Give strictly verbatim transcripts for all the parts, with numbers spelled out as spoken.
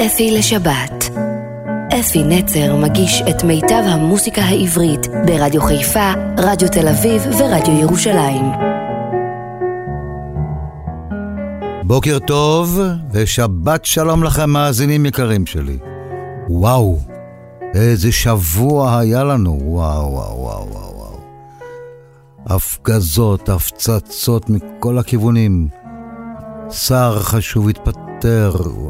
אפי לשבת. אפי נצר מגיש את מיטב המוסיקה העברית ברדיו חיפה, רדיו תל אביב ורדיו ירושלים. בוקר טוב ושבת שלום לכם מאזינים יקרים שלי. וואו, איזה שבוע היה לנו. וואו וואו וואו וואו. הפגזות, הפצצות מכל הכיוונים. שר חשוב התפטר,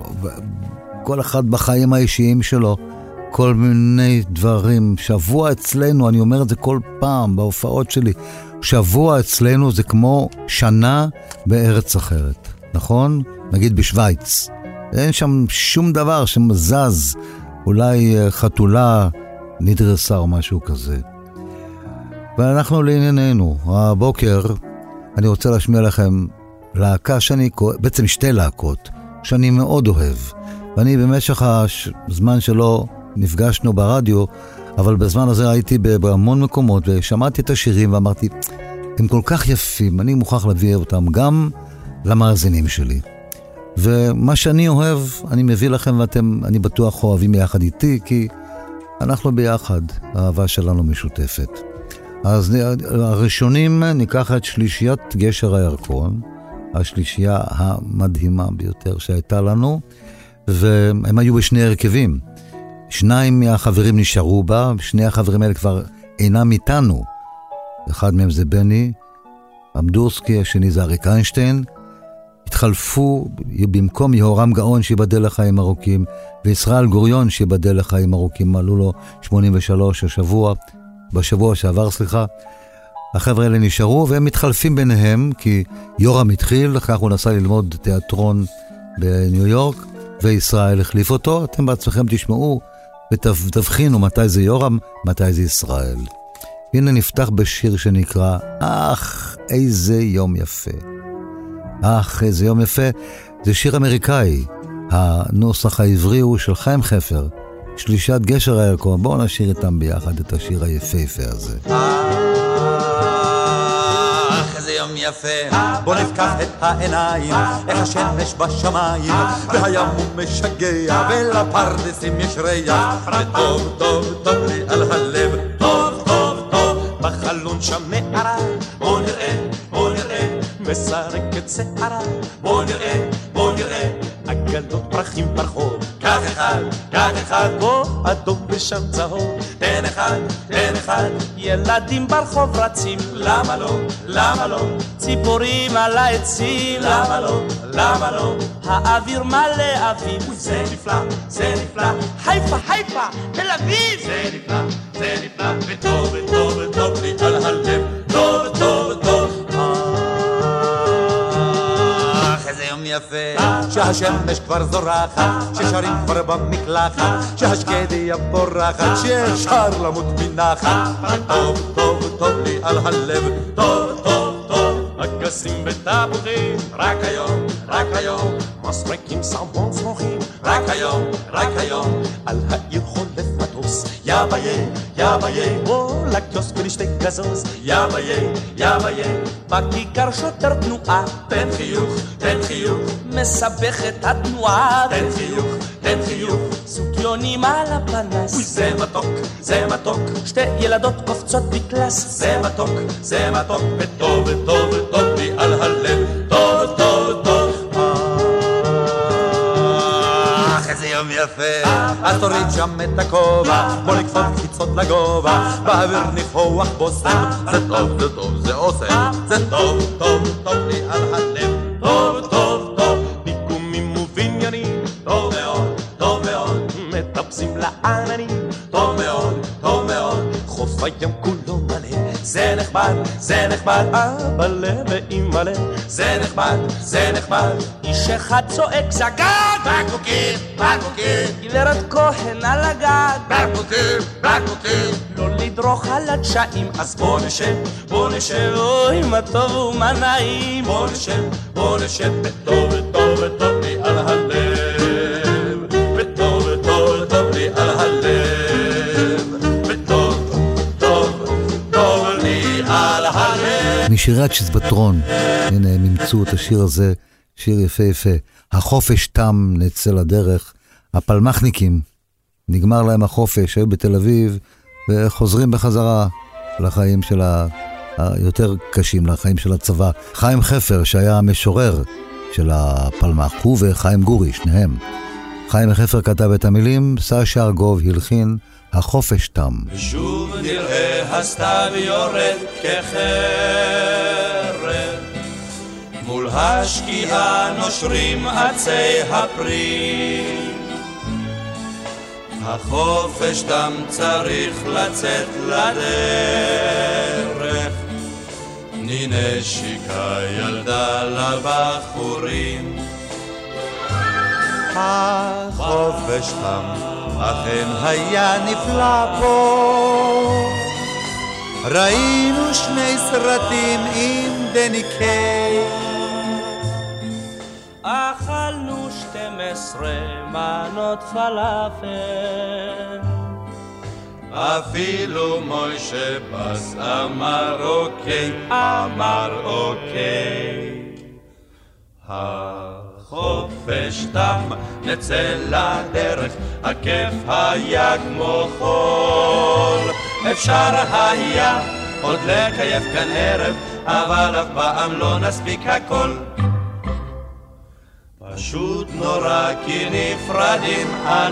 כל אחד בחיים האישיים שלו, כל מיני דברים. שבוע אצלנו, אני אומר את זה כל פעם בהופעות שלי, שבוע אצלנו זה כמו שנה בארץ אחרת, נכון? נגיד בשוויץ, אין שם שום דבר שמזז, אולי חתולה נדרסה או משהו כזה. ואנחנו לענייננו, הבוקר אני רוצה להשמיע לכם להקה שאני, בעצם שתי להקות שאני מאוד אוהב, ואני במשך הזמן שלא נפגשנו ברדיו, אבל בזמן הזה הייתי בהמון מקומות ושמעתי את השירים ואמרתי, הם כל כך יפים, אני מוכרח להביא אותם גם למאזינים שלי. ומה שאני אוהב, אני מביא לכם, ואתם, אני בטוח, אוהבים יחד איתי, כי אנחנו ביחד, האהבה שלנו משותפת. אז הראשונים ניקח את שלישיית גשר הירקון, השלישייה המדהימה ביותר שהייתה לנו, והם היו בשני הרכבים. שניים מהחברים נשארו בה, שני החברים האלה כבר אינם איתנו. אחד מהם זה בני אמדורסקי, השני זה אריק איינשטיין. התחלפו במקום יהורם גאון שיבדל לחיים ארוכים, וישראל גוריון שיבדל לחיים ארוכים, מלאו לו שמונים ושלוש השבוע, בשבוע שעבר סליחה. החבר'ה האלה נשארו והם מתחלפים ביניהם, כי יורם התחיל, כך הוא נסע ללמוד תיאטרון בניו יורק, וישראל החליף אותו. אתם בעצמכם תשמעו ותבחינו מתי זה יורם, מתי זה ישראל. הנה נפתח בשיר שנקרא אך איזה יום יפה. אך איזה יום יפה, זה שיר אמריקאי. הנוסח העברי הוא של חיים חפר, שלישת גשר הירקון. בואו נשיר איתם ביחד את השיר היפהפה הזה. יום יפה, בוא נפקח את העיניים, איך השמש בשמיים, והים הוא משגע, ולפרדסים יש ריח, וטוב טוב טוב לי על הלב, טוב טוב טוב, בחלון שם מערה, בוא נראה, בוא נראה, מסרקת שערה, בוא נראה, בוא נראה, אגדות פרחים ברחוב, כך אחד, כך אחד, פה אדום ושם צהוב, תן אחד, תן אחד, ילדים ברחוב רצים, למה לא, למה לא, ציפורים על העצים, למה לא, למה לא, האוויר מלא אביב, זה נפלא, זה נפלא, חיפה, חיפה, תל אביב, זה נפלא, זה נפלא, וטוב, וטוב, וטוב לי על הלב, טוב, טוב, טוב, יפה, שהשמש כבר זורחת, ששרים כבר במקלחת, שהשקדיה פורחת, שאפשר למות מנחת, טוב טוב טוב לי על הלב, טוב טוב טוב, אגסים ותפוחים, רק היום, רק היום, מסרקים סמבון סמוכים, רק היום, רק היום, על העיר חולף מטוס, יא ביה, יא ביה, בוא לקיוסק ולשתי גזוז, יא ביה, יא ביה, בכיכר שוטר תנועה, תן חיוך, תן חיוך, מסבך את התנועה, תן חיוך, תן חיוך, סוקיונים על הפנס, אוי זה מתוק, זה מתוק, שתי ילדות קופצות בקלאס, זה מתוק, זה מתוק, וטוב וטוב וטוב לי על הלב, טוב טוב טוב, אך איזה יום יפה, אז תוריד שם את הכובע, בוא נקפוץ קפיצות לגובה, באוויר ניחוח בוסם, זה טוב, זה טוב, זה עושה, זה טוב, טוב, טוב לי על הלב, טוב, טוב, טוב, ביקומים ובניינים, טוב מאוד, טוב מאוד, מטפסים לעננים, טוב מאוד, טוב מאוד, חוף הים כולו מלא, זה נחמד, זה נחמד, אבל ואימא'לה, זה נחמד, זה נחמד, איש אחד צועק זגג, בקבוקים, בקבוקים, גברת כהן על הגג, בקבוקים, בקבוקים, לא לדרוך על הדשאים, אז בוא נשב, בוא נשב, אוי מה טוב ומה נעים, בוא נשב, בוא נשב, וטוב וטוב וטוב לי על הלב, וטוב וטוב וטוב לי על הלב, וטוב, טוב, טוב לי על הלב. משירי הצ'יזבטרון, הנה הם ימצאו את השיר הזה, שיר יפה יפה. החופש תם, נצא לדרך, הפלמחניקים, נגמר להם החופש, היו בתל אביב, וחוזרים בחזרה לחיים של ה... היותר קשים, לחיים של הצבא. חיים חפר, שהיה המשורר של הפלמח, הוא וחיים גורי, שניהם. חיים חפר כתב את המילים, סשה ארגוב הלחין, החופש תם. ושוב נראה הסתיו יורד כחרב, מול השקיעה נושרים עצי הפרי. החופש תם צריך לצאת לדרך, תני נשיקה ילדה לבחורים. החופש תם אכן היה נפלא פה, ראינו שני סרטים עם דני קיי, אכלנו שתים עשרה מנות פלאפל, אפילו מוישה בס אמר אוקיי, אמר אוקיי. החופש תם, נצא לדרך, הכיף היה כמו חול. אפשר היה עוד לקייף כאן ערב, אבל אף פעם לא נספיק הכל. פשוט נורא כי נפרדים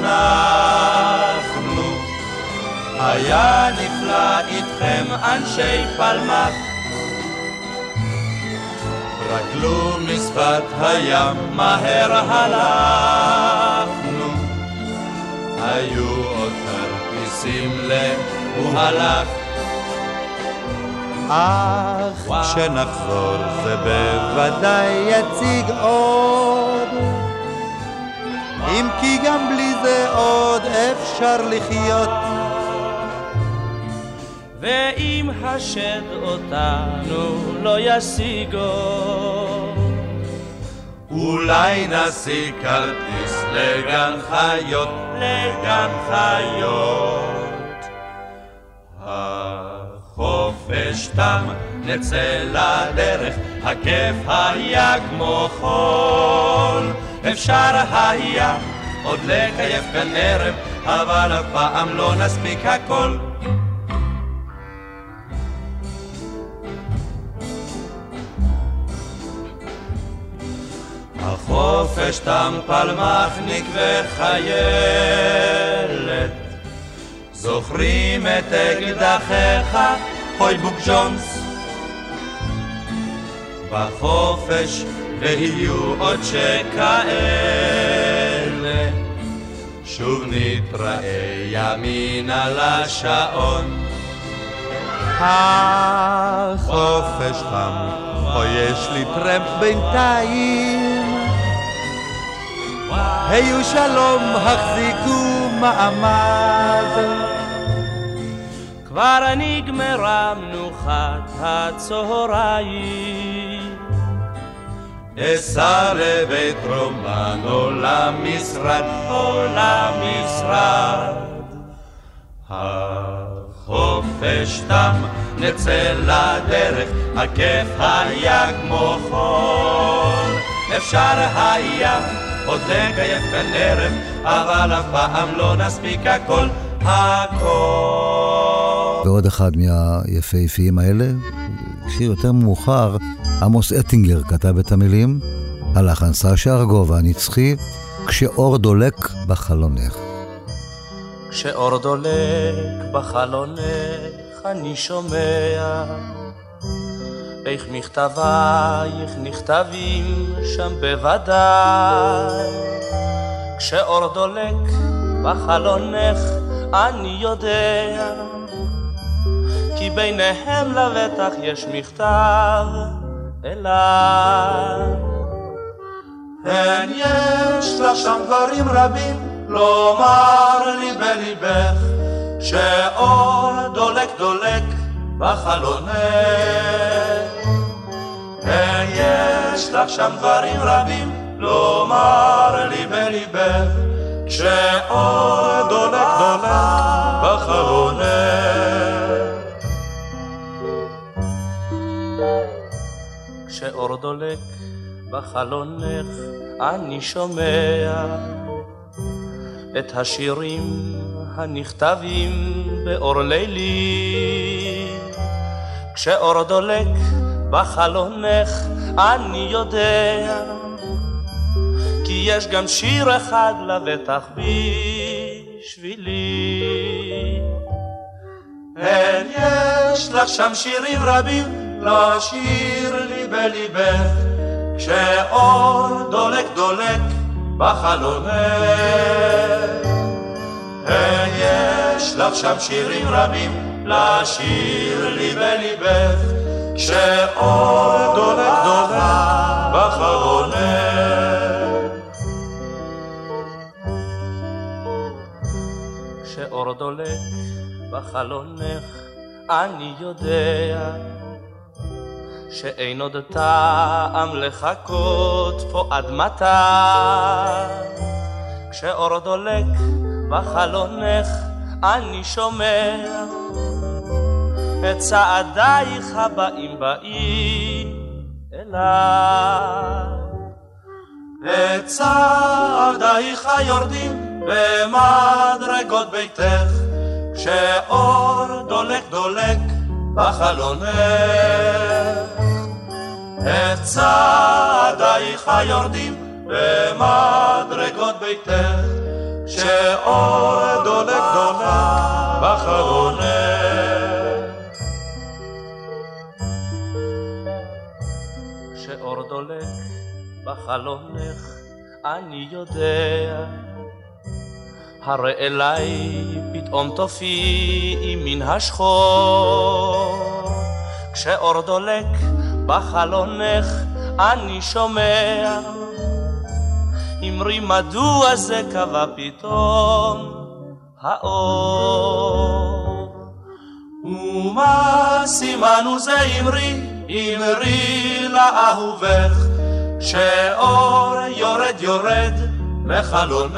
אנחנו, היה נפלא איתכם אנשי פלמח. רגלו משפת הים מהר הלכנו, היו עוד כרטיסים להוא הלך. אך כשנחזור זה בוודאי יציג עוד, אם כי גם בלי זה עוד אפשר לחיות. ואם השד אותנו לא ישיגו, אולי נשיג כרטיס לגן חיות, לגן חיות. החופש תם, נצא לדרך, הכיף היה כמו חול. אפשר היה עוד לקייף כאן ערב, אבל אף פעם לא נספיק הכל. החופש תם, פלמחניק וחיילת, זוכרים את אקדחיך, חוי בוק ג'ונס. בחופש ויהיו עוד שכאלה, שוב נתראה ימינה לשעון. החופש תם, או יש לי טרמפ בינתיים, היו שלום, החזיקו מעמד. כבר נגמרה מנוחת הצהריים, אסע לבית רומן או למשרד, או למשרד. החופש תם, נצא לדרך, הכיף היה כמו חול. אפשר היה עוד לקייף כאן ערב, אבל אף פעם לא נספיק הכל, הכל. ועוד אחד מהיפהפיים האלה, שיר יותר מאוחר, עמוס אטינגר כתב את המילים, הלחן סשה ארגוב הנצחי, כשאור דולק בחלונך. כשאור דולק בחלונך אני שומע איך מכתבייך נכתבים שם בוודאי. כשאור דולק בחלונך אני יודע, כי ביניהם לבטח יש מכתב אליי. הן יש לך שם דברים רבים לומר לי בליבך, שאור דולק דולק בחלונך. הן יש לך שם דברים רבים לומר לי בליבך, שאור דולק דולק בחלונך. כשאור דולק בחלונך אני שומע את השירים הנכתבים באור לילי. כשאור דולק בחלונך אני יודע, כי יש גם שיר אחד לבטח בשבילי. אין יש לך שם שירים רבים לשיר לי בליבך, כשאור דולק דולק בחלונך. אין יש לך שם שירים רבים לשיר לי בליבך, כשאור דולק דולק בחלונך. כשאור דולק בחלונך אני יודע שאין עוד טעם לחכות פה עד מתי. כשאור דולק בחלונך אני שומע את צעדייך הבאים באים אליי. את צעדייך יורדים במדרגות ביתך, כשאור דולק דולק בחלונך. את צעדייך יורדים במדרגות ביתך, כשאור דולק דולק בחלונך. כשאור דולק בחלונך אני יודע, הרי אליי פתאום תופיעי מן השחור. כשאור דולק בחלונך אני שומע, אמרי מדוע זה קבע פתאום האור. ומה סימנו זה אמרי, אמרי לאהובך, שאור יורד יורד בחלונך.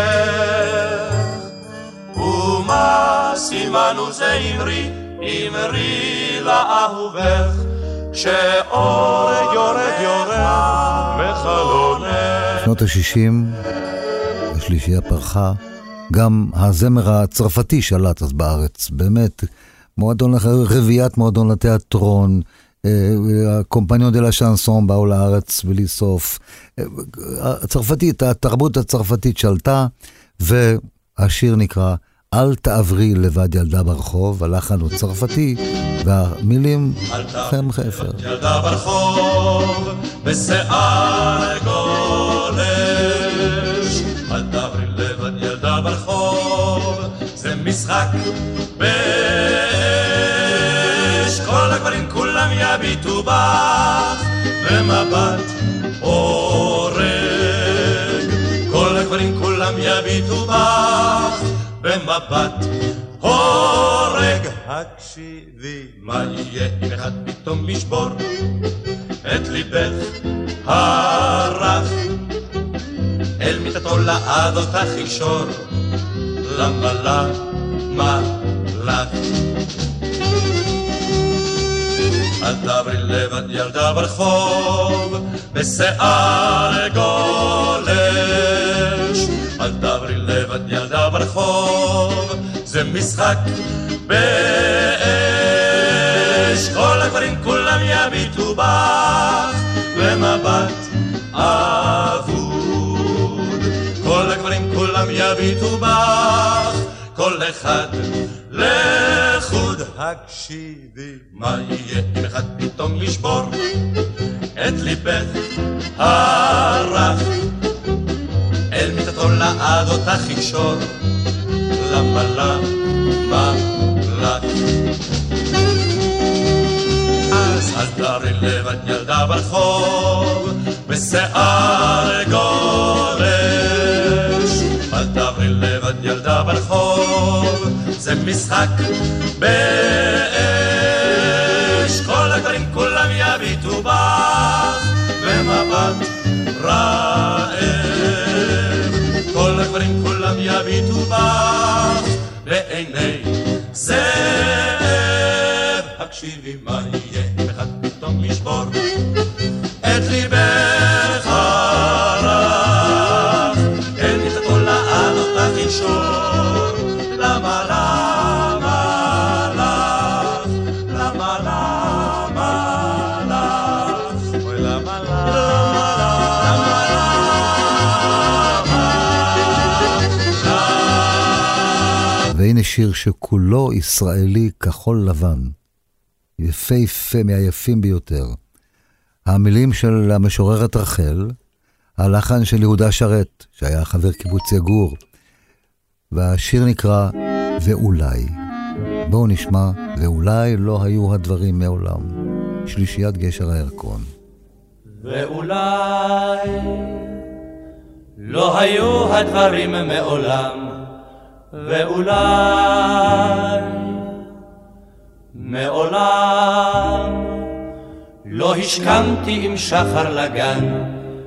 ומה סימנו זה אמרי, אמרי לאהובך, שאור יורד יורד בחלונך. שנות ה-שישים, השלישייה פרחה, גם הזמר הצרפתי שלט אז בארץ, באמת, מועדון, רביעיית מועדון לתיאטרון, הקומפניון דה לה שאנסון באו לארץ בלי סוף. הצרפתית, התרבות הצרפתית שלטה, והשיר נקרא אל תעברי לבד ילדה ברחוב, הלחן הוא צרפתי, והמילים חם חפר. ילדה ברחוב, בשיער גולש, אל תעברי לבד ילדה ברחוב, זה משחק באש, כל הגברים כולם יביטו בך, במבט אורג, כל הגברים כולם יביטו בך, במבט הורג. הקשיבי, מה יהיה אם אחד פתאום ישבור את ליבך הרך, אל מיטתו לעד אותך ישור, למה למה לך? אל תעברי לבד ילדה ברחוב, בשיער גולש, אל תעברי לבד ילדה ברחוב, זה משחק באש, כל הגברים כולם יביטו בך, במבט אבוד, כל הגברים כולם יביטו בך, כל אחד לחוד. הקשיבי, מה יהיה אם אחד פתאום ישבור את ליבך הרך, אל מיטתו לעד אותך יקשור, למה למה לך? אז אל תעברי לבד ילדה ברחוב, בשיער גולש, אל תעברי לבד ילדה ברחוב, זה משחק באש, כל הגברים כולם יביטו בך, במבט רעב, כל הגברים כולם יביטו בך, בעיני זאב. הקשיבי, מה יהיה אם אחד פתאום ישבור את ליבך הרך, אל מיטתו לעד אותך והנה שיר שכולו ישראלי כחול לבן. יפהפה מהיפים ביותר. המילים של המשוררת רחל, הלחן של יהודה שרת, שהיה חבר קיבוץ יגור, והשיר נקרא ואולי. בואו נשמע, ואולי לא היו הדברים מעולם. שלישיית גשר הירקון. ואולי לא היו הדברים מעולם, ואולי מעולם לא השכמתי עם שחר לגן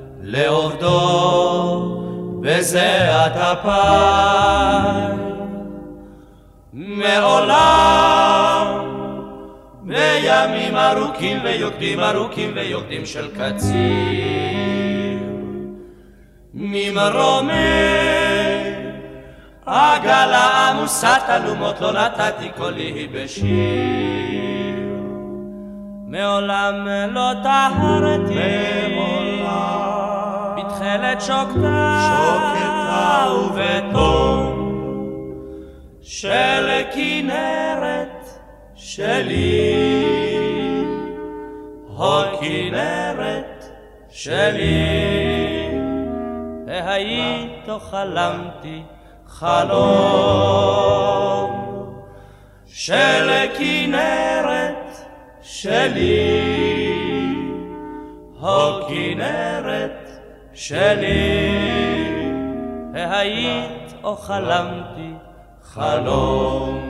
לעובדו בזיעת אפיים. מעולם בימים ארוכים ויוקדים ארוכים ויוקדים של קציר ממרומי עגלה עמוסת אלומות לא נתתי קולי בשיר. מעולם לא טהרתי בתכלת שוקתה ובתום של כנרת שלי, הכנרת שלי. והיית חלמתי חלום של כנרת שלי, הכנרת שלי. והיית או חלמתי חלום.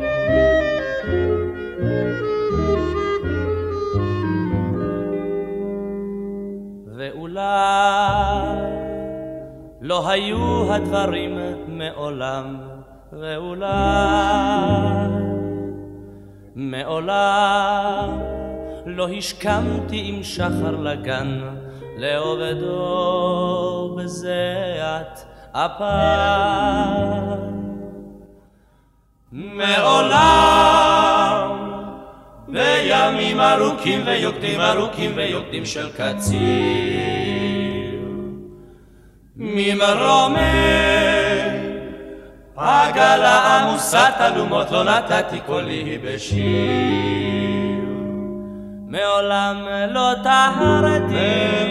ואולי לא היו הדברים מעולם, ואולי מעולם לא השכמתי עם שחר לגן לעובדו בזיעת אפיים. מעולם בימים ארוכים ויוקדים ארוכים ויוקדים של קציר ממרומי עגלה עמוסת אלומות לא נתתי קולי בשיר. מעולם לא טהרתי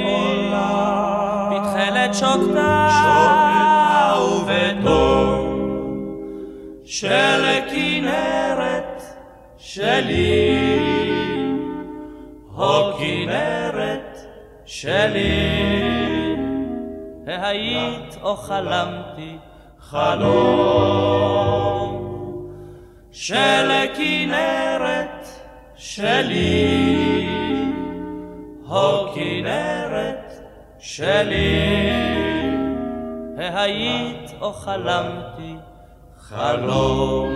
בתכלת שוקתה ובתום של כנרת שלי, הכנרת שלי. היית או חלמתי חלום של כנרת שלי, הכנרת שלי. היית או חלמתי חלום.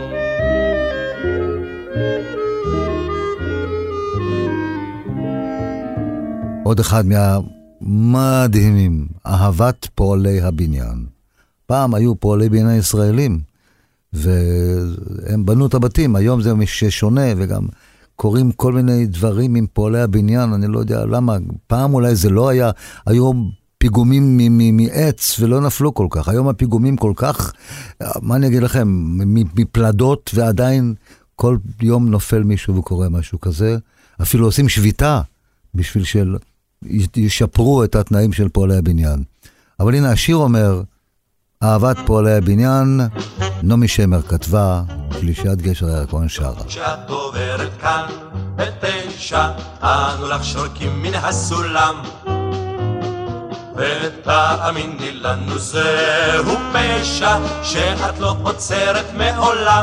עוד אחד מהמדהימים, אהבת פועלי הבניין. פעם היו פועלי בניין ישראלים, והם בנו את הבתים. היום זה שונה, וגם קוראים כל מיני דברים עם פועלי הבניין, אני לא יודע למה. פעם אולי זה לא היה, היו פיגומים מעץ ולא נפלו כל כך. היום הפיגומים כל כך, מה אני אגיד לכם, מפלדות, ועדיין כל יום נופל מישהו וקורא משהו כזה. אפילו עושים שביתה בשביל של ישפרו את התנאים של פועלי הבניין. אבל הנה השיר אומר, אהבת פועלי הבניין, נעמי שמר כתבה, שלישיית גשר הירקון שרה. כשאת עוברת כאן בתשע, אנו לך שורקים מן הסולם, ותאמיני לנו זהו פשע שאת לא עוצרת מעולם.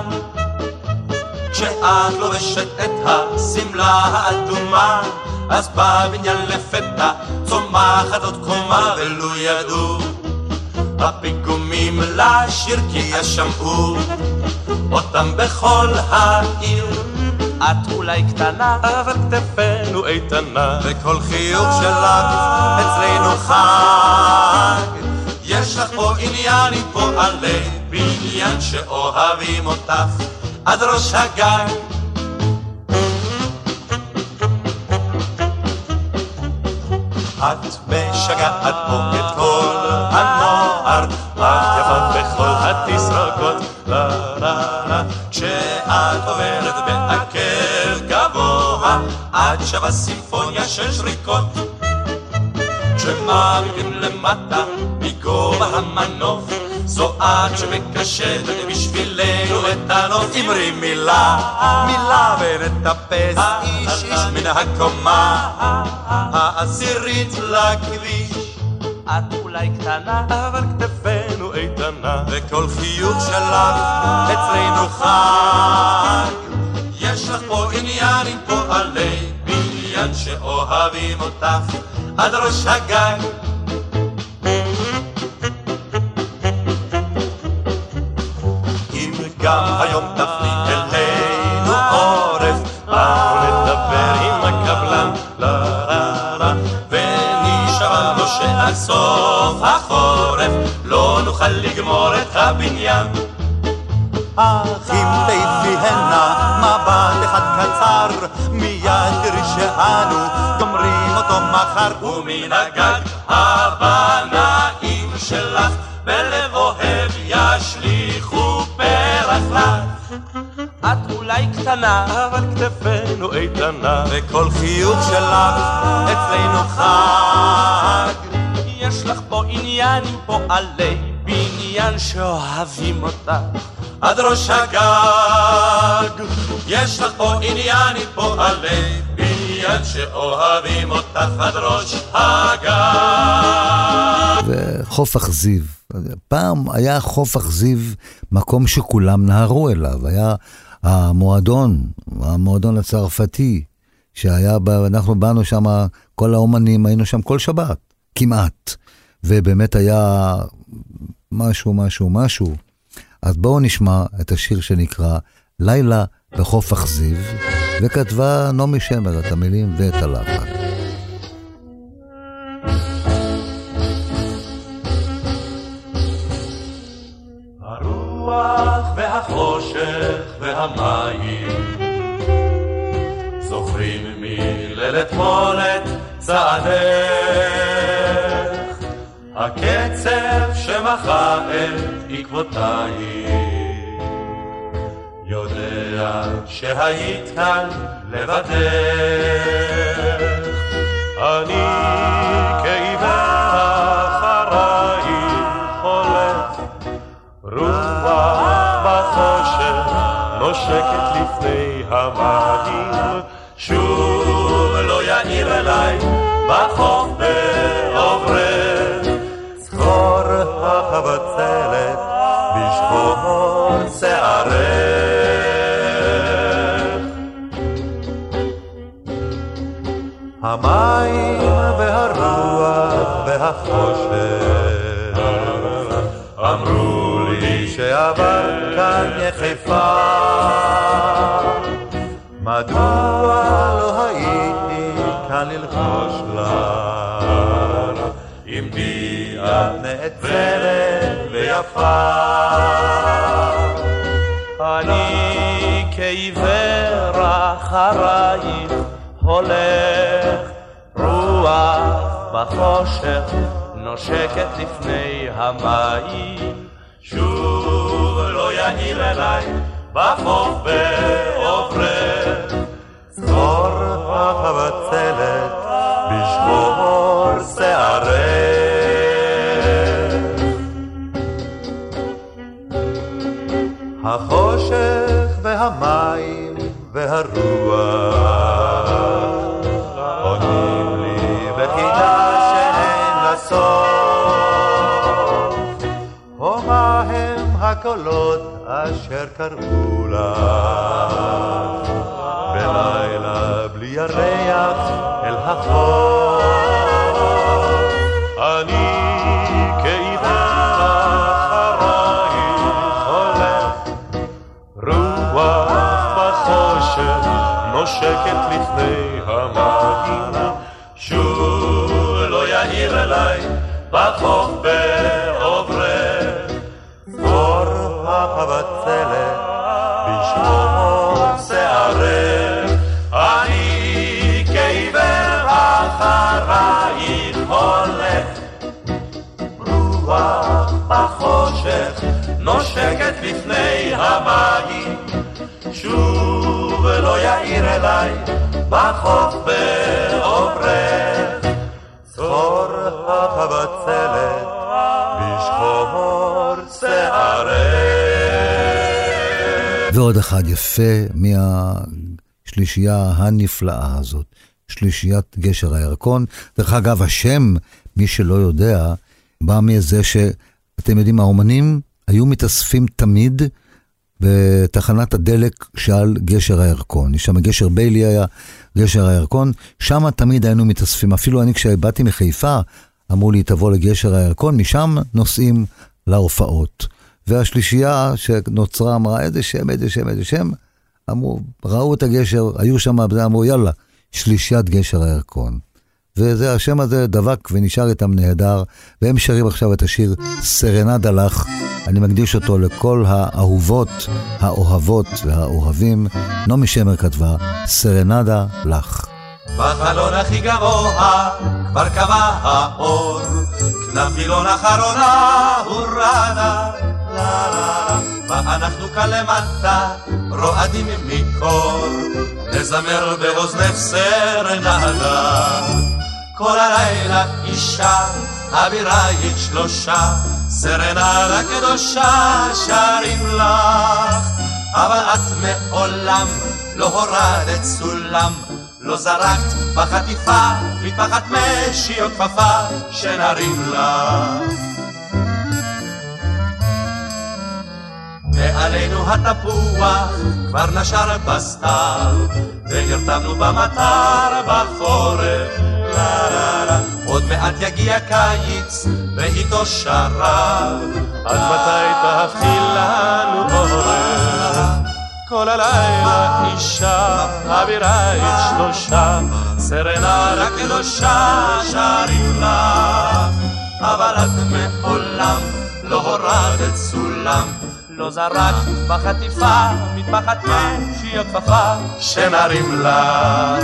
כשאת לובשת את הסמלה האדומה, אז בבניין לפתע צומחת עוד קומה, ולו ידעו הפיגומים לשיר כי ישמעו אותם בכל העיר. את אולי קטנה, אבל כתפינו איתנה, וכל חיוך שלך אצלנו חג. יש לך פה עניין עם פועלי בניין שאוהבים אותך עד ראש הגג. את משגעת פה את כל הנוער, את יפה בכל התסרוקות, לה לה לה, כשאת עוברת בעקב גבוה, את שווה סימפוניה של שריקות. כשמביאים למטה מגובה המנוף, זו את שמקשטת בשבילנו את הנוף. אמרי מילה, מילה ונטפס איש איש מן הקומה העשירית לכביש. את אולי קטנה, אבל כתפינו איתנה, וכל חיוך שלך אצלנו חג. יש לך פה עניין עם פועלי בניין שאוהבים אותך עד ראש הגג. אם גם היום תפני אלינו עורף, אנחנו נדבר עם הקבלן, לה לה לה, ונשאר לו שעד סוף החורף לא נוכל לגמור את הבניין. אך אם תפיהנה מבט אחד קצר, מיד תראי שאנו גומרים אותו מחר. ומן הגג הבנאים שלך בלב אוהב ישליחו פרח לך. את אולי קטנה, אבל כתפינו איתנה, וכל חיוך שלך אצלנו חג. יש לך פה עניין עם פועלי בניין שאוהבים אותך עד ראש הגג. יש לך פה עניין עם פועלי בניין שאוהבים אותך עד ראש הגג. וחוף אכזיב. פעם היה חוף אכזיב מקום שכולם נהרו אליו. היה המועדון, המועדון הצרפתי, שהיה, אנחנו באנו שם, כל האומנים, היינו שם כל שבת, כמעט. ובאמת היה משהו, משהו, משהו. אז בואו נשמע את השיר שנקרא לילה בחוף אכזיב, וכתבה נעמי שמר את המילים ואת הלחן. הרוח והחושך והמים זוכרים מליל אתמול את צעדך, הקצב שמחה את עקבותייך, יודע שהיית כאן לבדך. אני כעיוור אחרייך הולך, רוח בחושך נושקת לפני המים, שוב לא יאיר אליי בחוף בעוברך. זכור החבצלת בשחור שערך, המים והרוח והחושך אמרו לי שעבר כאן יחפה. מדוע לא הייתי כאן ללחוש לך, עמדי את נעצרת ויפה. אני כעיוור אחרייך הולך, רוח בחושך נושקת לפני המים, שוב לא יאיר אליי בחוף בעוברך. זכור החבצלת בשחור שערך, החושך והמים והרוח עונים לי בחידה שאין לה סוף. ומה הם הקולות אשר קראו לך בלילה בלי ירח אל החוף? אני כעיוור אחרייך הולך, רוח בחושך נושקת לפני המים, שוב לא יאיר אליי בחוף בעוברך. זכור החבצלת בשחור שערך, אני כעיוור אחרייך הולך, רוח בחושך החושך נושקת לפני המים, שוב ולא יאיר אליי בחוף בעוברך, צור החבצלת בשחור שערך. ועוד אחד יפה מהשלישייה הנפלאה הזאת, שלישיית גשר הירקון. דרך אגב, השם, מי שלא יודע, בא מזה שאתם יודעים, האומנים היו מתאספים תמיד בתחנת הדלק שעל גשר הירקון. יש שם גשר ביילי היה, גשר הירקון, שם תמיד היינו מתאספים. אפילו אני כשבאתי מחיפה, אמרו לי תבוא לגשר הירקון, משם נוסעים להופעות. והשלישייה שנוצרה אמרה איזה שם, איזה שם, איזה שם, אמרו, ראו את הגשר, היו שם, אמרו יאללה, שלישיית גשר הירקון. וזה השם הזה דבק ונשאר איתם נהדר, והם שרים עכשיו את השיר סרנדה לך. אני מקדיש אותו לכל האהובות, האוהבות והאוהבים. נעמי שמר כתבה, סרנדה לך. בחלון הכי גבוה כבר קבע האור, כנפילון אחרונה הורדה, לה לה, ואנחנו כאן למטה רועדים מקור, נזמר באוזנך סרנדה. כל הלילה אישה אבירית שלושה, סרנדה קדושה שרים לך, אבל את מעולם לא הורדת סולם, לא זרקת בחטיפה מטפחת משי או כפפה שנרים לך. מעלינו התפוח כבר נשר בסתיו, והרתמנו במטר בחורף, לה לה לה. עוד מעט יגיע קיץ ואיתו שרב, עד מתי תהפכי לנו עורף. כל הלילה אישה אבירית שלושה, סרנדה קדושה שרים לך, אבל את מעולם לא הורדת סולם, לא זרקת בחטיפה מטפחת משי או כפפה שנרים לך.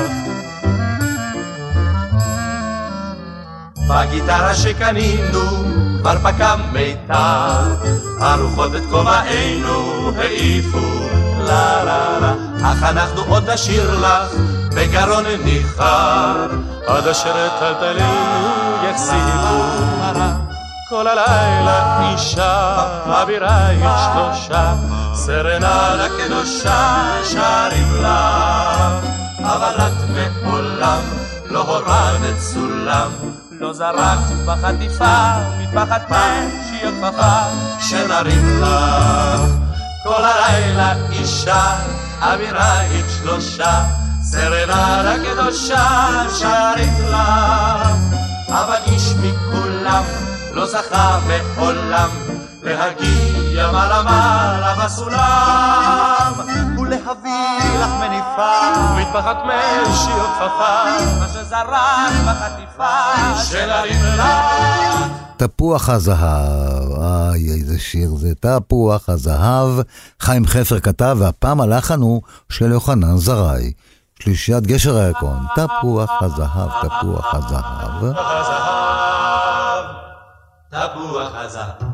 בגיטרה שקנינו כבר פקע מיתר, הרוחות את כובענו העיפו, לה לה לה, אך אנחנו עוד נשיר לך בגרון ניחר, עד אשר טלטלינו יחזיקו. כל הלילה אישה אבירית שלושה, סרנדה קדושה שרים לך, אבל את מעולם לא הורדת סולם, לא זרקת בחטיפה מטפחת משי או כפפה שנרים לך. כל הלילה אישה אבירית שלושה, סרנדה קדושה שרים לך, אבל איש מכולם לא זכה מעולם להגיע מעלה מעלה בסולם, ולהביא לך מניפה מטפחת משי או כפפה, מה שזרק בחטיפה שנרים לך. תפוח הזהב, איי איזה שיר זה, תפוח הזהב. חיים חפר כתב, והפעם הלחן הוא של יוחנן זרעי, שלישיית גשר הירקון. תפוח הזהב, תפוח הזהב, תפוח הזהב.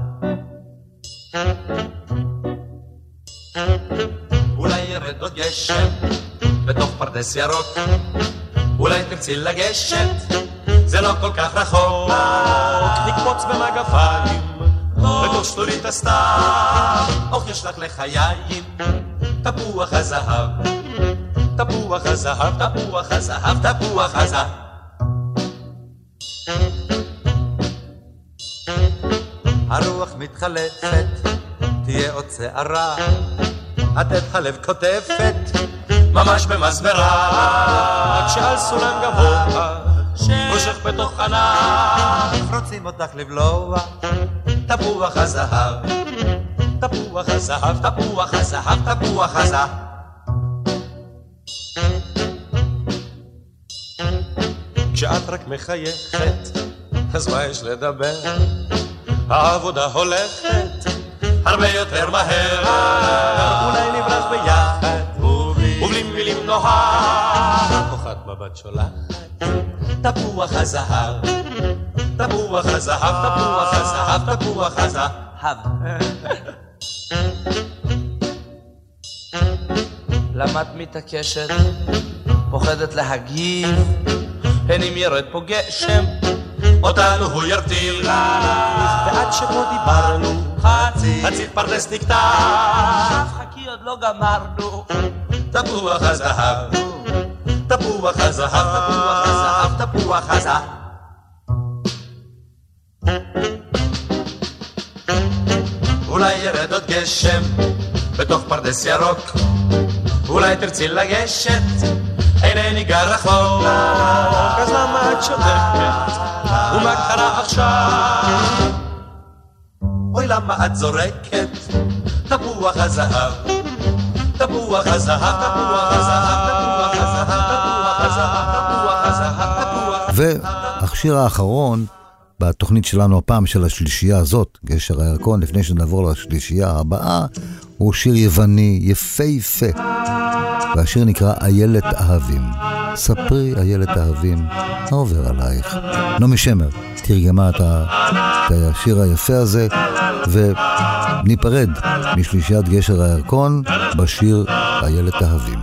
אולי ירד עוד גשם בתוך פרדס ירוק, אולי תרצי לגשת, זה לא כל כך רחוק, נקפוץ במגפיים בתוך שתולית הסתיו, אוך יש לך לחיים תפוח הזהב, תפוח הזהב, תפוח הזהב, תפוח הזהב. הרוח מתחלפת, תהיה עוד שערה, עטף הלב כותפת, ממש במסברה, כשעל סולם גבוה, מושך בתוך ענף, רוצים אותך לבלוע, תפוח הזהב, תפוח הזהב, תפוח הזהב, תפוח הזהב. כשאת רק מחייכת, אז מה יש לדבר? העבודה הולכת הרבה יותר מהר, אולי נברש ביחד ובלי מילים נוהר, כוחת מבט שולחת, תפוח הזהב, תפוח הזהב, תפוח הזהב, תפוח הזהב. למה את מתעקשת? פוחדת להגיב? הן אם ירד פה גשם אותנו הוא ירטיל ועד שפה דיברנו חצי חצי פרדס נקטע חכי עוד לא גמרנו תפוח הזהב תפוח הזהב תפוח הזהב תפוח הזהב אולי ירד עוד גשם בתוך פרדס ירוק אולי תרצי לגשת אינני גר רחוק אז למה את שותקת ומה קרה עכשיו אוי למה את זורקת תפוח הזהב תפוח הזהב תפוח הזהב תפוח הזהב תפוח הזהב תפוח הזהב תפוח והשיר האחרון בתוכנית שלנו הפעם של השלישייה הזאת, גשר הירקון, לפני שנעבור לשלישייה הבאה, הוא שיר יווני יפהפה. והשיר נקרא איילת אהבים. ספרי איילת אהבים, מה עובר עלייך? נעמי שמר תרגמה את השיר היפה הזה, וניפרד משלישיית גשר הירקון בשיר איילת אהבים.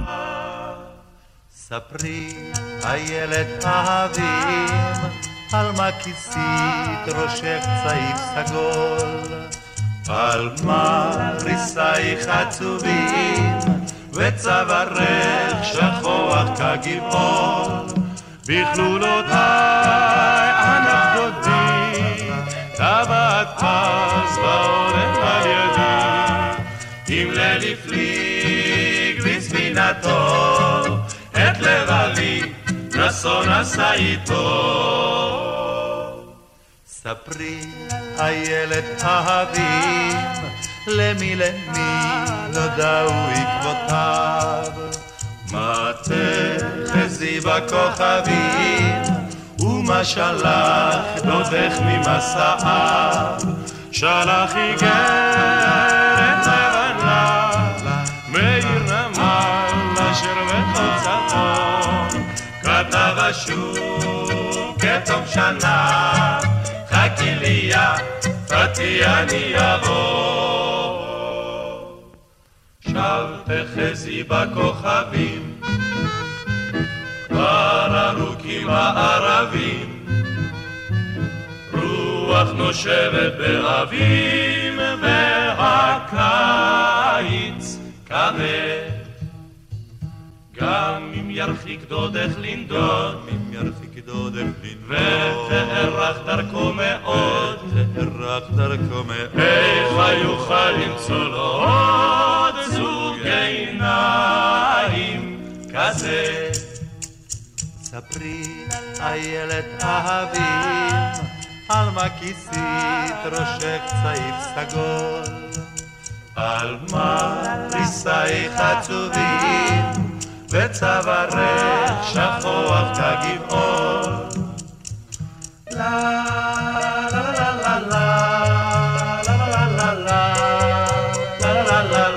ספרי איילת אהבים על מה כיסית ראשך צעיף סגול על מה ריסייך עצובים וצווארך שחוח כגבעול בכלולותיי ענף דודי טבעת פז בעורף על ידי אם ליל הפליג בספינתו את לבבי נסון עשה איתו ספרי איילת אהבים למי למי לא דאו עקבותיו מה תחזי בכוכבים ומה שלח דודך ממסעיו שלח איגרת לבנה מאיר נמל אשר בחוצתו כתב השוק כתום שנה חכי לי פתי אני אבוא שב תחזי בכוכבים כבר ארוכים הערבים רוח נושבת באביב והקיץ כבד גם אם ירחיק דודך לנדוד אם ירחיק דודך לנדוד ותארך דרכו מאוד תארך דרכו מאוד איך יוכל למצוא לו עוד זוג עיניים כזה ספרי איילת אהבים על מה כיסית ראשך צעיף סגול על מה ריסייך עצובים וצווארך שחוח כגבעול לה לה לה לה לה לה לה לה לה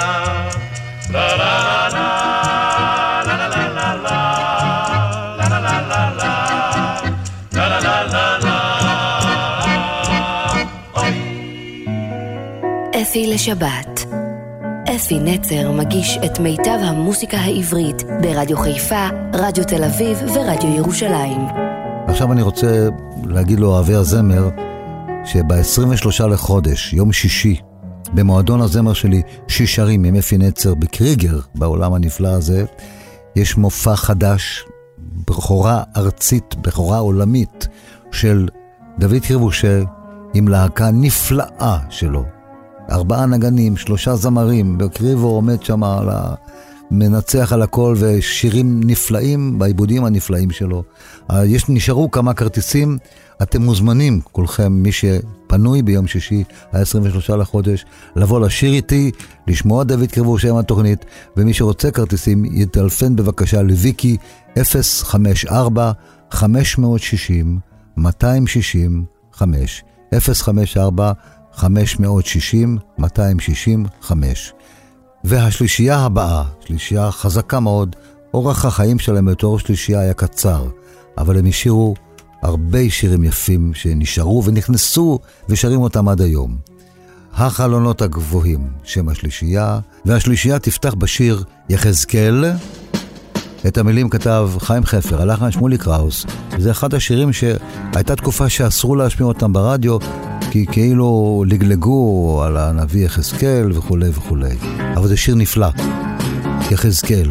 אפי לשבת. אפי נצר מגיש את מיטב המוסיקה העברית ברדיו חיפה, רדיו תל אביב ורדיו ירושלים. עכשיו אני רוצה להגיד לו אוהבי הזמר שב-עשרים ושלושה לחודש, יום שישי, במועדון הזמר שלי שישרים עם אפי נצר בקריגר, בעולם הנפלא הזה, יש מופע חדש, בחורה ארצית, בחורה עולמית של דוד קריבושה עם להקה נפלאה שלו. ארבעה נגנים, שלושה זמרים, בקריבו עומד שם על המנצח על הכל ושירים נפלאים בעיבודים הנפלאים שלו. יש, נשארו כמה כרטיסים, אתם מוזמנים כולכם, מי שפנוי ביום שישי, ה-עשרים ושלושה לחודש, לבוא לשיר איתי, לשמוע דוד קריבושה עם התוכנית, ומי שרוצה כרטיסים יטלפן בבקשה לוויקי אפס חמש ארבע חמש שש אפס שתיים שש חמש אפס חמש ארבע חמש שש אפס שתיים שש חמש. והשלישייה הבאה, שלישייה חזקה מאוד, אורח החיים שלהם בתור שלישייה היה קצר, אבל הם השאירו הרבה שירים יפים שנשארו ונכנסו ושרים אותם עד היום. החלונות הגבוהים, שם השלישייה, והשלישייה תפתח בשיר יחזקאל. את המילים כתב חיים חפר, הלחן שמולי קראוס. זה אחד השירים שהייתה תקופה שאסרו להשמיע אותם ברדיו, כי כאילו לגלגו על הנביא יחזקאל וכו' וכו'. אבל זה שיר נפלא, יחזקאל.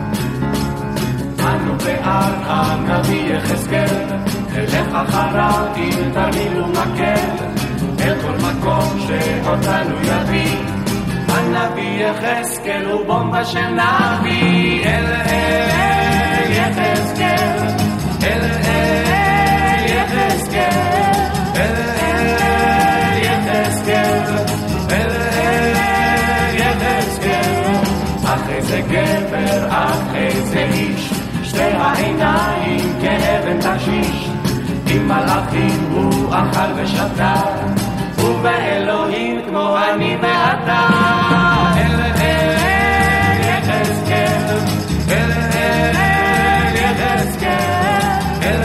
אנו בעל הנביא יחזקאל, אלך אחריו אם תרמיל ומקל, אל כל מקום שאותנו יביא. הנביא יחזקאל הוא בומבה של נביא, אל אל יחזקאל, אל אל יחזקאל, אל אל יחזקאל, אל אל יחזקאל. אחרי זה גבר, אחרי זה איש, שתי העיניים כאבן תשיש, עם מלאכים הוא אכל ושתה, ובאלוהים כמו אני ואתה. אל אל יחזקאל, אל אל יחזקאל, אל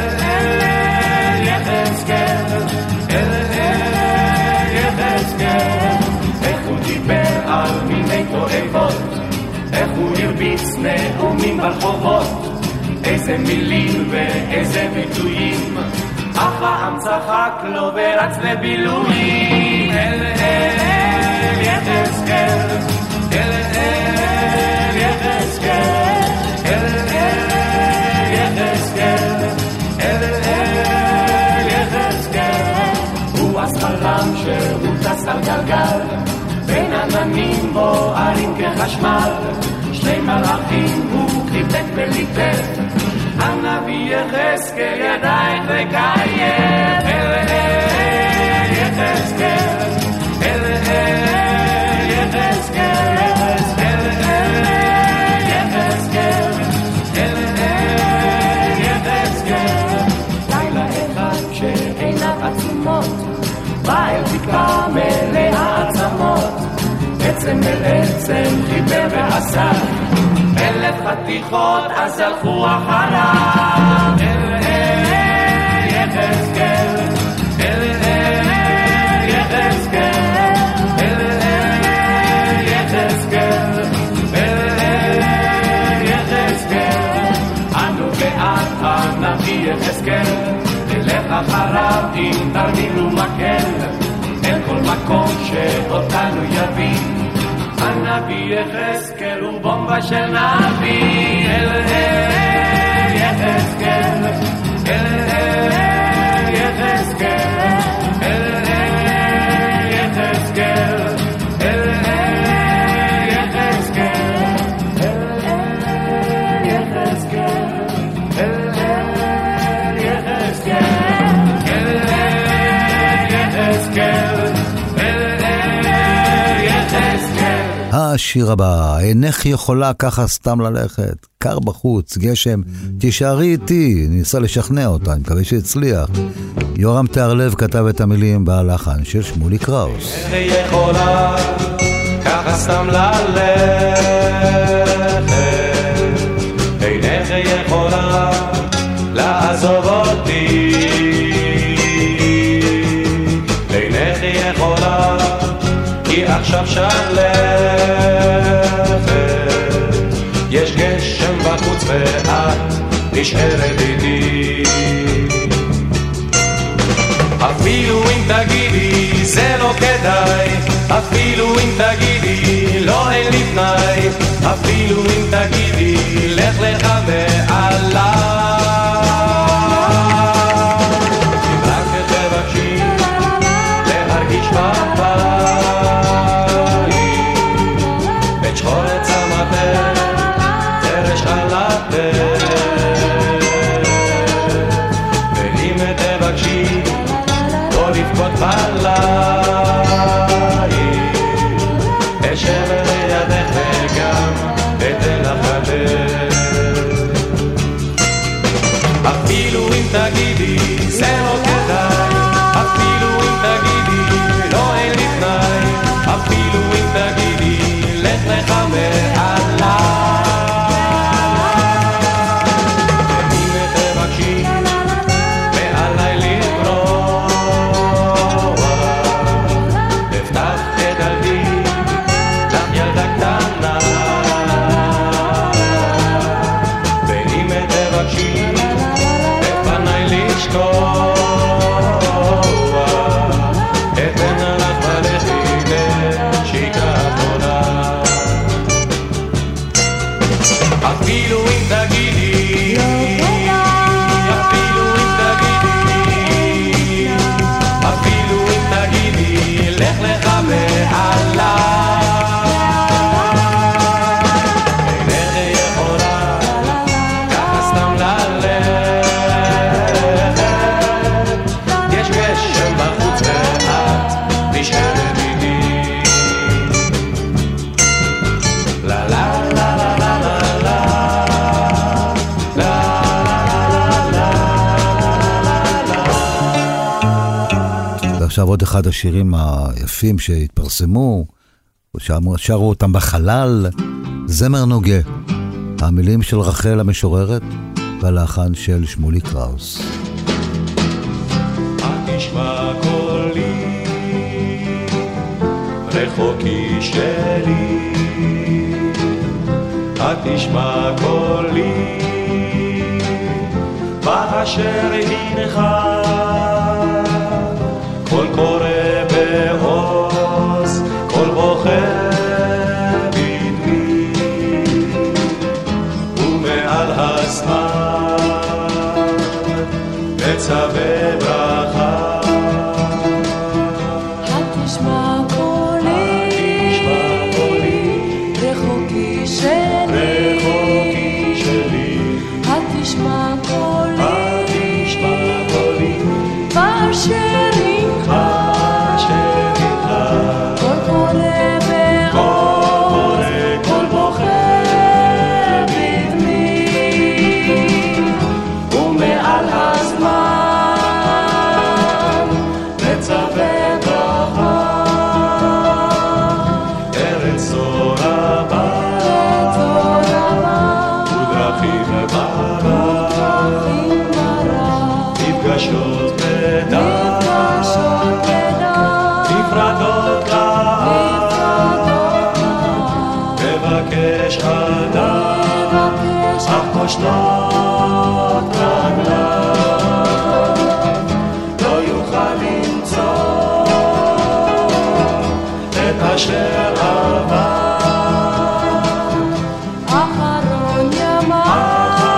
אל יחזקאל, אל אל יחזקאל. איך הוא דיבר על מיני תועבות, איך הוא הרביץ נאומים ברחובות, איזה מילים ואיזה ביטויים, אך העם צחק לו ורץ לבילויים. אל אל יחזקאל, אל אל יחזקאל, אל אל יחזקאל, אל אל יחזקאל. הוא אז חלם שהוא טס על גלגל, בין עננים בוערים כחשמל, שני מלאכים הוא חיבק וליטף, הנביא יחזקאל ידיים לקיים. אל אל יחזקאל, אל אל יחזקאל, אל אל יחזקאל, אל אל יחזקאל. לילה אחד כשעיניו עצומות, בא אל בקעה מלאה עצמות, עצם אל עצם חיבר ועשה, אלף חתיכות אז הלכו אחריו. אל אל יחזקאל, אל אל יחזקאל, אל אל יחזקאל, אל אל יחזקאל. אנו בעד הנביא יחזקאל, נלך אחריו עם תרמיל ומקל, אל כל מקום שאותנו יביא. הנביא יחזקאל הוא בומבה של נביא. אל אל יחזקאל, אל אל יחזקאל, אל אל יחזקאל, אל אל יחזקאל, אל אל יחזקאל, אל אל יחזקאל, אל אל יחזקאל, אל אל יחזקאל. השיר הבא, אינך יכולה ככה סתם ללכת, קר בחוץ, גשם, תישארי איתי, ניסה לשכנע אותה, אני מקווה שהצליח. יורם תיארלב כתב את המילים בהלחן של שמולי קראוס. אינך יכולה ככה סתם ללכת, אינך יכולה לעזוב אותי, אינך יכולה כי עכשיו שלכת, יש גשם בחוץ ואת נשארת איתי. אפילו אם תגידי זה לא כדאי, אפילו אם תגידי לא אין לי תנאי, אפילו אם תגידי לך לך מעליי, אם רק תבקשי להרגיש בבית בית שחורת צמתך חרש חלתך, ואם תבקשי לא לבכות בליל, אשב לידך וגם אתן לך גדר. אפילו אם תגידי זה לא כדאי, אפילו אם תגידי לא אין לי תנאי, אפילו אם תגידי לך לך מעליי, ואם תבקשי מעליי לברוח, אפתח את עכשיו עוד אחד השירים היפים שהתפרסמו, שרו אותם בחלל, זמר נוגה. המילים של רחל המשוררת והלחן של שמולי קראוס. תשמע קולי, רחוקי שלי, תשמע קולי, באשר הנך, קול קורא בעוז, קול בוחר בדמי, ומעל הזמן מצווה ברכה. התשמע קולי, רחוקי שלי, התשמע קולי, באשר הנך, קול קורא בעוז, קול בוחר בדמי, ומעל הזמן מצווה ברכה. ארץ זו רבה ודרכים מרה, נפגשות בדעת, נפרדות לאט, תבקש אדם, אך פושטות רגליו, לא יוכל למצוא את אשר עבר. אחרון ימיו,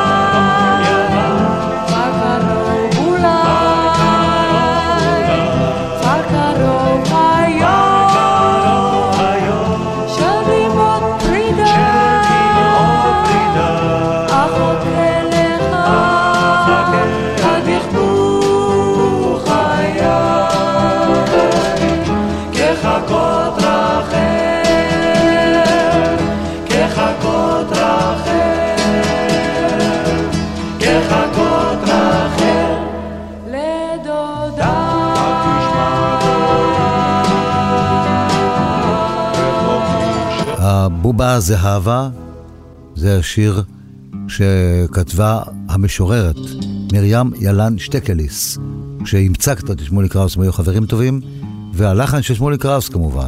בובה זהבה, זה השיר שכתבה המשוררת מרים ילן שטקליס, שהמצקת את שמולי קראוס, היו חברים טובים, והלחן של שמולי קראוס כמובן.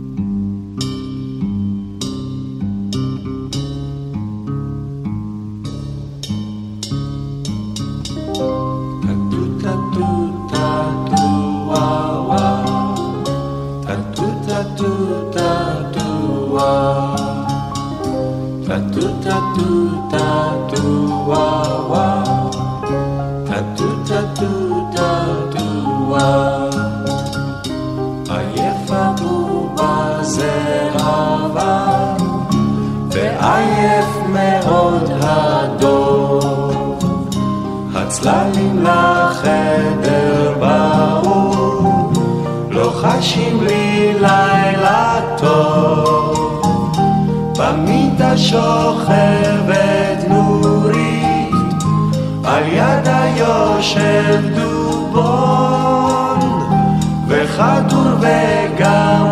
הצללים לחדר באו, לא חשים לי לילה טוב, במיטה שוכבת נורית, על יד היושב דובון, וחדור וגם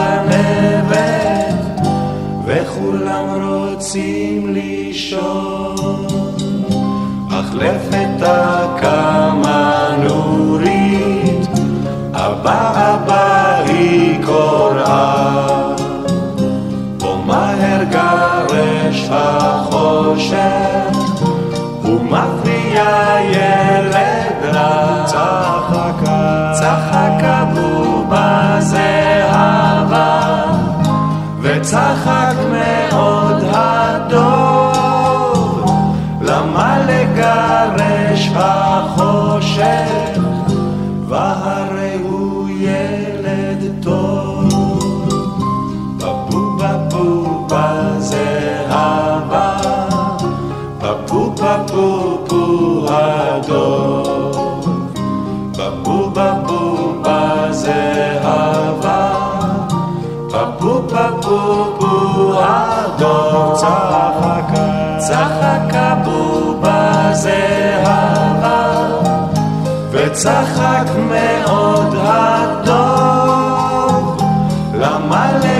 ענבת, וכולם רוצים לישון. אך לפתע קמה נורית, אבא אבא היא קוראה, בוא מהר גרש החושך, ומפריע ילד רע. צחקה, צחקה בובה זהבה, וצחק מאוד הדור, למה לגרש החושך, והרי הוא ילד טוב. בבו בבו בזהבה, בבו בבו בו הדור, בבו בבו בזהבה, בבו בבו בו הדור. צחקה, צחקה בובה זהבה, וצחק מאוד הדור.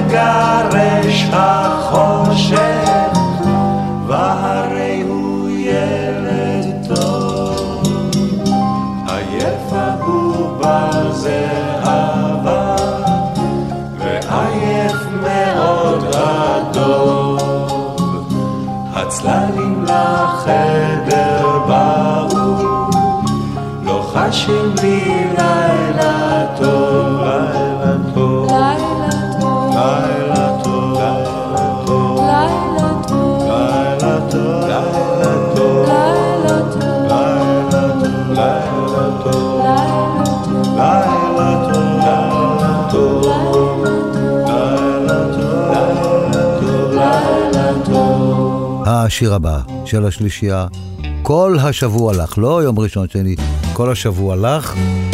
מגרש החושך, והרי הוא ילד טוב. עייף הבובה זהבה, ועייף מאוד הדוב. הצללים לחדר באו, לא חשים לי לילה טוב. לילה טוב, לילה טוב, לילה טוב, לילה טוב, לילה טוב, לילה טוב, לילה טוב, לילה טוב, לילה טוב. השיר הבא של השלישייה, כל השבוע לך, לא יום ראשון שני, כל השבוע לך.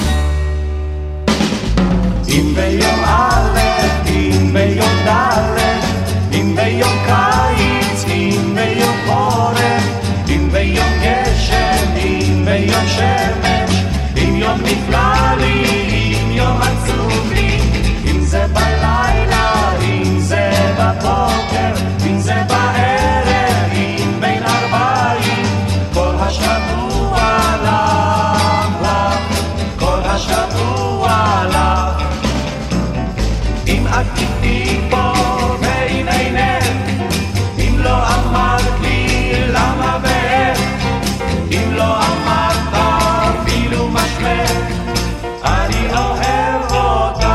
אם ביום א', אם ביום ד', אם ביום קיץ, אם ביום חורף, אם ביום גשם, אם ביום שמש, אם יום נפלא לי, אם יום עצוב לי, אם זה בלילה, אם זה בבוקר, אם זה בערב, אם בין ארבעים, כל השבוע לך, לך, כל השבוע לך. אם את תפי פה ואם אינך, אם לא אמרת לי למה ואיך, אם לא אמרת אפילו משמח, אני אוהב אותך.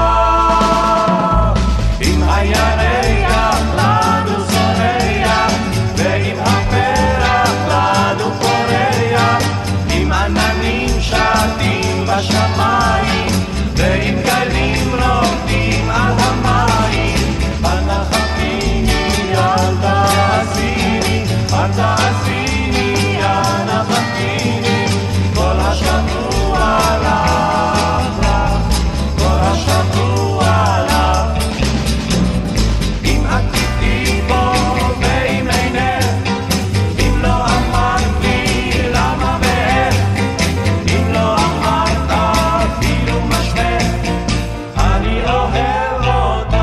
אם הירח לנו זורח, ואם הפרח לנו פורח, אם עננים שטים בשמיים, ואם גלים רוקדים על המים, אנא חכיני, אל תעזיני, אל תעזיני, אנא חכיני. כל השבוע לך, לך, כל השבוע לך. אם את תפי בו ואם אינך, אם לא אמרת לי למה ואיך, אם לא אמרת אפילו משמח, אני אוהב אותך.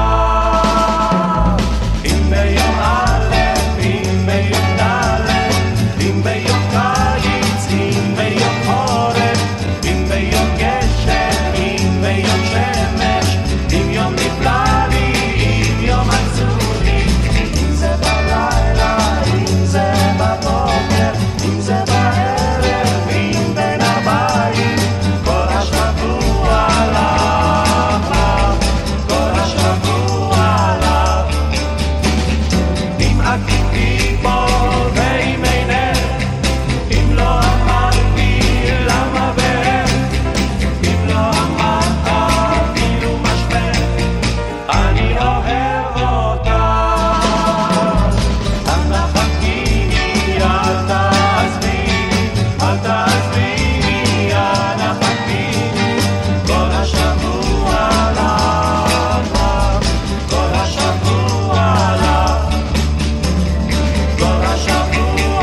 אם ביום א', אם ביום ד', אם ביום קיץ, אם ביום חורף, אם ביום גשם, אם ביום שמש, אם יום נפלא לי, אם יום עצוב לי, אם זה בלילה, אם זה בבוקר, אם זה בערב, אם בין הבית, כל השבוע לך, כל השבוע לך. אם את תפי פה ואם אינך, אם לא אמרת לי למה ואיך, אם לא אמרת אפילו משמח, אני אוהב אותך. אנא חכיני, אל תעזביני, אל תעזביני, אנא חכיני. כל השבוע לך, כל השבוע לך, כל השבוע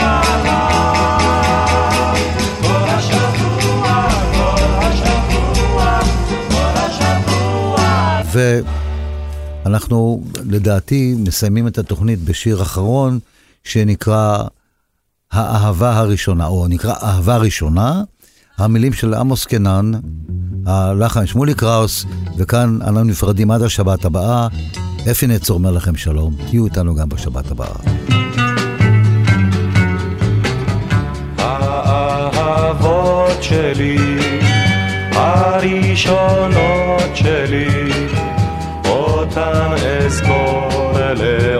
לך, כל השבוע, כל השבוע, כל השבוע. ואנחנו לדעתי מסיימים את התוכנית בשיר אחרון שנקרא האהבה הראשונה, או נקרא אהבה ראשונה. המילים של עמוס קנן, הלחן שמולי קראוס, וכאן אנחנו נפרדים עד השבת הבאה. אפי נצר אומר לכם שלום, תהיו איתנו גם בשבת הבאה. האהבות שלי, הראשונות שלי, אותן אזכור אלה